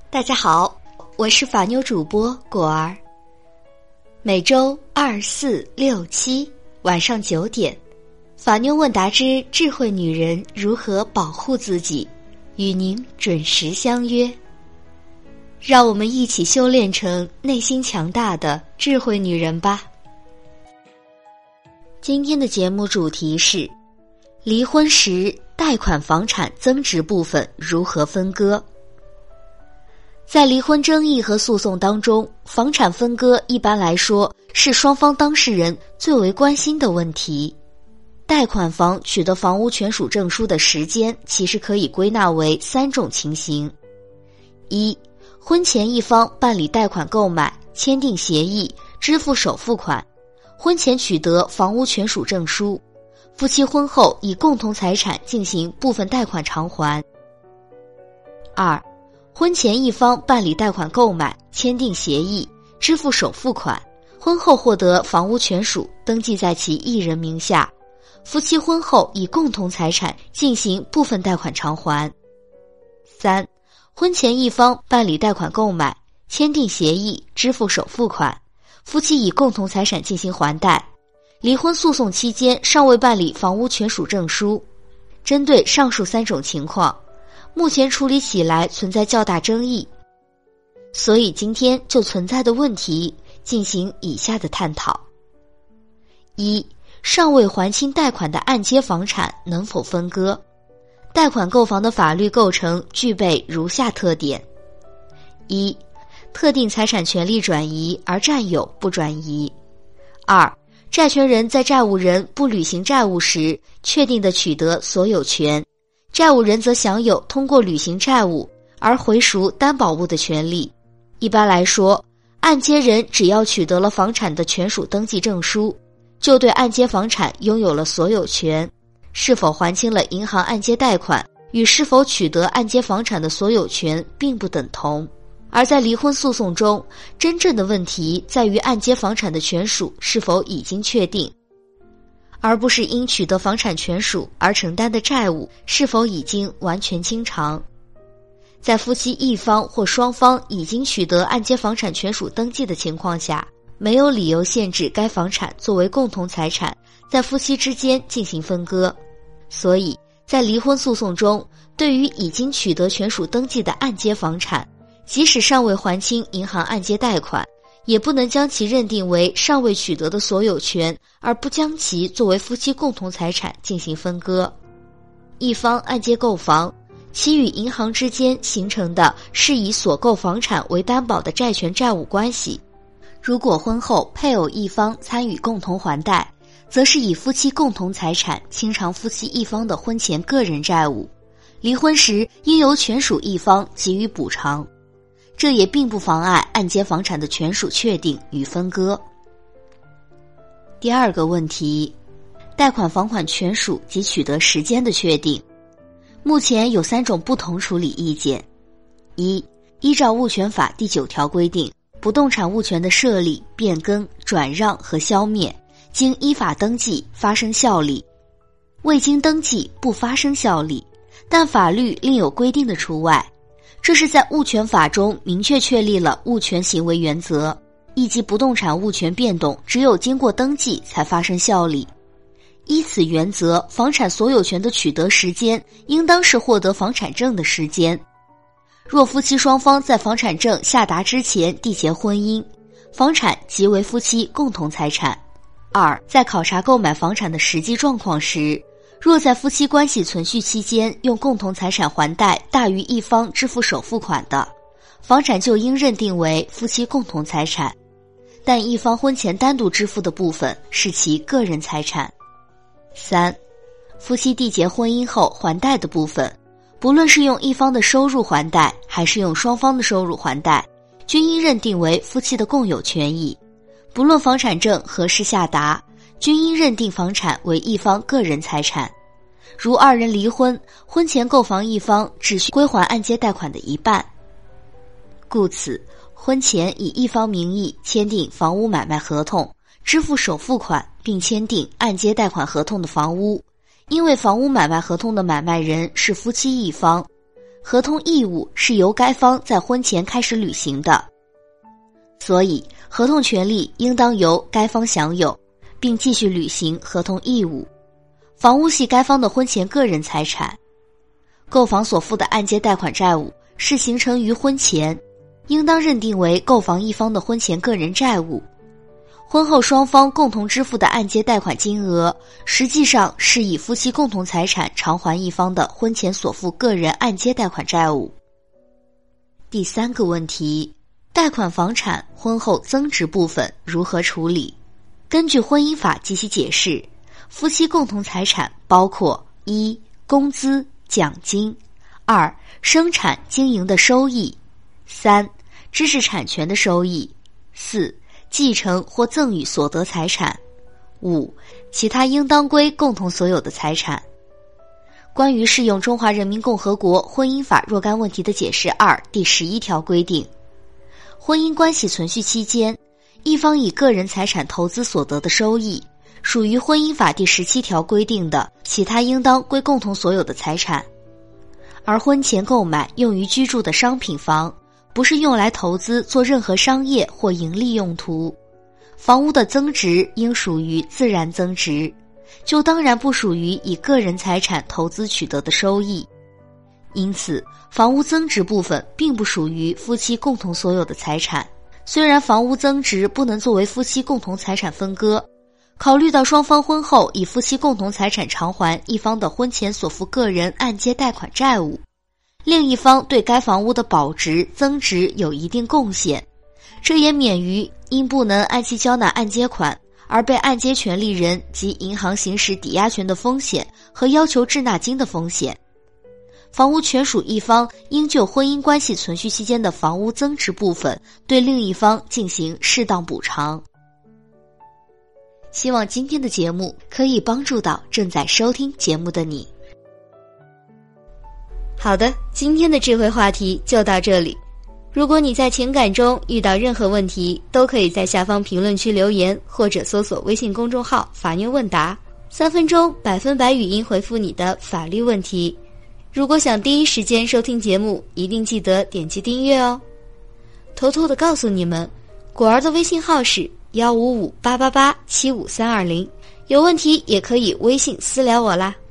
大家好，我是法妞主播果儿。每周2、4、6、7晚上9点，法妞问答之智慧女人如何保护自己，与您准时相约。让我们一起修炼成内心强大的智慧女人吧。今天的节目主题是：离婚时贷款房产增值部分如何分割？在离婚争议和诉讼当中，房产分割一般来说是双方当事人最为关心的问题。贷款房取得房屋权属证书的时间其实可以归纳为3种情形：一、婚前一方办理贷款购买，签订协议，支付首付款，婚前取得房屋权属证书，夫妻婚后以共同财产进行部分贷款偿还。二、婚前一方办理贷款购买，签订协议，支付首付款，婚后获得房屋权属登记在其一人名下，夫妻婚后以共同财产进行部分贷款偿还。三、婚前一方办理贷款购买，签订协议，支付首付款，夫妻以共同财产进行还贷，离婚诉讼期间尚未办理房屋权属证书。针对上述3种情况，目前处理起来存在较大争议，所以今天就存在的问题进行以下的探讨。一、尚未还清贷款的按揭房产能否分割？贷款购房的法律构成具备如下特点：一、特定财产权利转移而占有不转移；二、债权人在债务人不履行债务时确定的取得所有权，债务人则享有通过履行债务而回赎担保物的权利。一般来说，按揭人只要取得了房产的权属登记证书，就对按揭房产拥有了所有权。是否还清了银行按揭贷款与是否取得按揭房产的所有权并不等同。而在离婚诉讼中，真正的问题在于按揭房产的权属是否已经确定，而不是因取得房产权属而承担的债务是否已经完全清偿。在夫妻一方或双方已经取得按揭房产权属登记的情况下，没有理由限制该房产作为共同财产在夫妻之间进行分割。所以在离婚诉讼中，对于已经取得权属登记的按揭房产，即使尚未还清银行按揭贷款，也不能将其认定为尚未取得的所有权，而不将其作为夫妻共同财产进行分割。一方按揭购房，其与银行之间形成的是以所购房产为担保的债权债务关系。如果婚后配偶一方参与共同还贷，则是以夫妻共同财产清偿夫妻一方的婚前个人债务，离婚时应由权属一方给予补偿。这也并不妨碍按揭房产的权属确定与分割。第二个问题，贷款房款权属及取得时间的确定。目前有3种不同处理意见。一、依照物权法第9条规定，不动产物权的设立、变更、转让和消灭，经依法登记发生效力；未经登记不发生效力，但法律另有规定的除外。这是在物权法中明确确立了物权行为原则，以及不动产物权变动只有经过登记才发生效力。依此原则，房产所有权的取得时间应当是获得房产证的时间。若夫妻双方在房产证下达之前缔结婚姻，房产即为夫妻共同财产。二、在考察购买房产的实际状况时，若在夫妻关系存续期间用共同财产还贷大于一方支付首付款的，房产就应认定为夫妻共同财产，但一方婚前单独支付的部分是其个人财产。三、夫妻缔结婚姻后还贷的部分，不论是用一方的收入还贷还是用双方的收入还贷，均应认定为夫妻的共有权益。不论房产证何时下达，均应认定房产为一方个人财产。如2人离婚，婚前购房一方只需归还按揭贷款的一半。故此，婚前以一方名义签订房屋买卖合同，支付首付款并签订按揭贷款合同的房屋，因为房屋买卖合同的买卖人是夫妻一方， 合同义务是由该方在婚前开始履行的，所以合同权利应当由该方享有，并继续履行合同义务。房屋系该方的婚前个人财产，购房所负的按揭贷款债务是形成于婚前，应当认定为购房一方的婚前个人债务。婚后双方共同支付的按揭贷款金额，实际上是以夫妻共同财产偿还一方的婚前所负个人按揭贷款债务。第3个问题，贷款房产婚后增值部分如何处理？根据婚姻法及其解释，夫妻共同财产包括1、工资、奖金； 2、生产经营的收益； 3、知识产权的收益； 4、继承或赠与所得财产； 5、其他应当归共同所有的财产。关于适用中华人民共和国婚姻法若干问题的解释2第11条规定，婚姻关系存续期间，一方以个人财产投资所得的收益，属于婚姻法第17条规定的其他应当归共同所有的财产。而婚前购买用于居住的商品房，不是用来投资做任何商业或盈利用途，房屋的增值应属于自然增值，就当然不属于以个人财产投资取得的收益。因此，房屋增值部分并不属于夫妻共同所有的财产。虽然房屋增值不能作为夫妻共同财产分割，考虑到双方婚后以夫妻共同财产偿还一方的婚前所负个人按揭贷款债务，另一方对该房屋的保值增值有一定贡献，这也免于因不能按期交纳按揭款而被按揭权利人及银行行使抵押权的风险和要求滞纳金的风险。房屋权属一方应就婚姻关系存续期间的房屋增值部分对另一方进行适当补偿。希望今天的节目可以帮助到正在收听节目的你。好的，今天的智慧话题就到这里。如果你在情感中遇到任何问题，都可以在下方评论区留言，或者搜索微信公众号法妞问答，3分钟100%语音回复你的法律问题。如果想第一时间收听节目，一定记得点击订阅哦。偷偷的告诉你们，果儿的微信号是15588875320，有问题也可以微信私聊我啦。